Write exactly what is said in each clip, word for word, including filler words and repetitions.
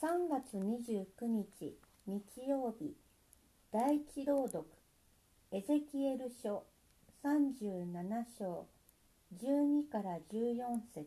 さんがつにじゅうくにち日曜日、第一朗読、エゼキエル書さんじゅうななしょうじゅうにからじゅうよんせつ。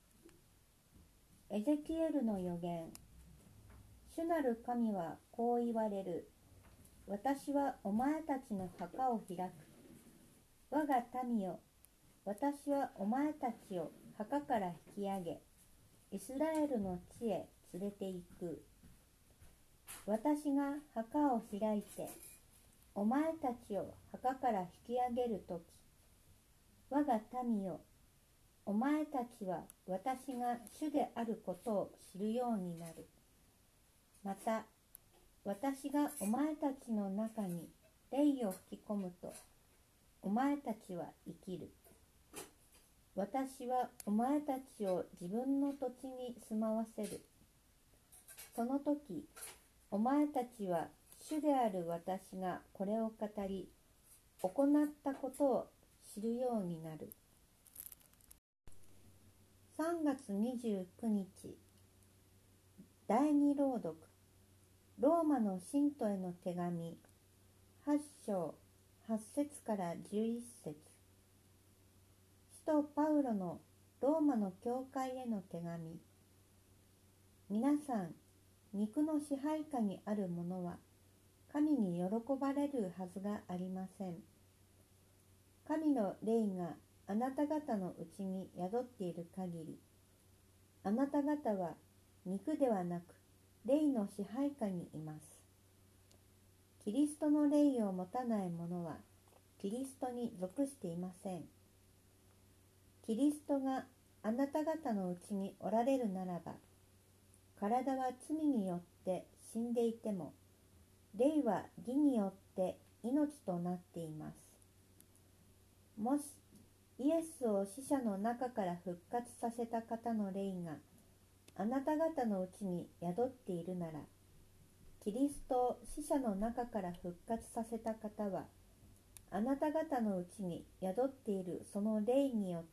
エゼキエルの預言。主なる神はこう言われる。私はお前たちの墓を開く。我が民よ、私はお前たちを墓から引き上げ、イスラエルの地へ連れて行く。私が墓を開いて、お前たちを墓から引き上げるとき、我が民よ、お前たちは私が主であることを知るようになる。また、私がお前たちの中に霊を吹き込むと、お前たちは生きる。私はお前たちを自分の土地に住まわせる。その時、お前たちは主である私がこれを語り、行ったことを知るようになる。さんがつにじゅうくにち、第二朗読、ローマの信徒への手紙、はちしょうはちせつからじゅういっせつ。使徒パウロのローマの教会への手紙。皆さん、肉の支配下にある者は、神に喜ばれるはずがありません。神の霊があなた方のうちに宿っている限り、あなた方は肉ではなく霊の支配下にいます。キリストの霊を持たない者はキリストに属していません。キリストがあなた方のうちにおられるならば、体は罪によって死んでいても、霊は義によって命となっています。もしイエスを死者の中から復活させた方の霊があなた方のうちに宿っているなら、キリストを死者の中から復活させた方は、あなた方のうちに宿っているその霊によって、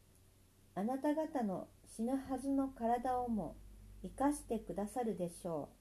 あなた方の死ぬはずの体をも生かしてくださるでしょう。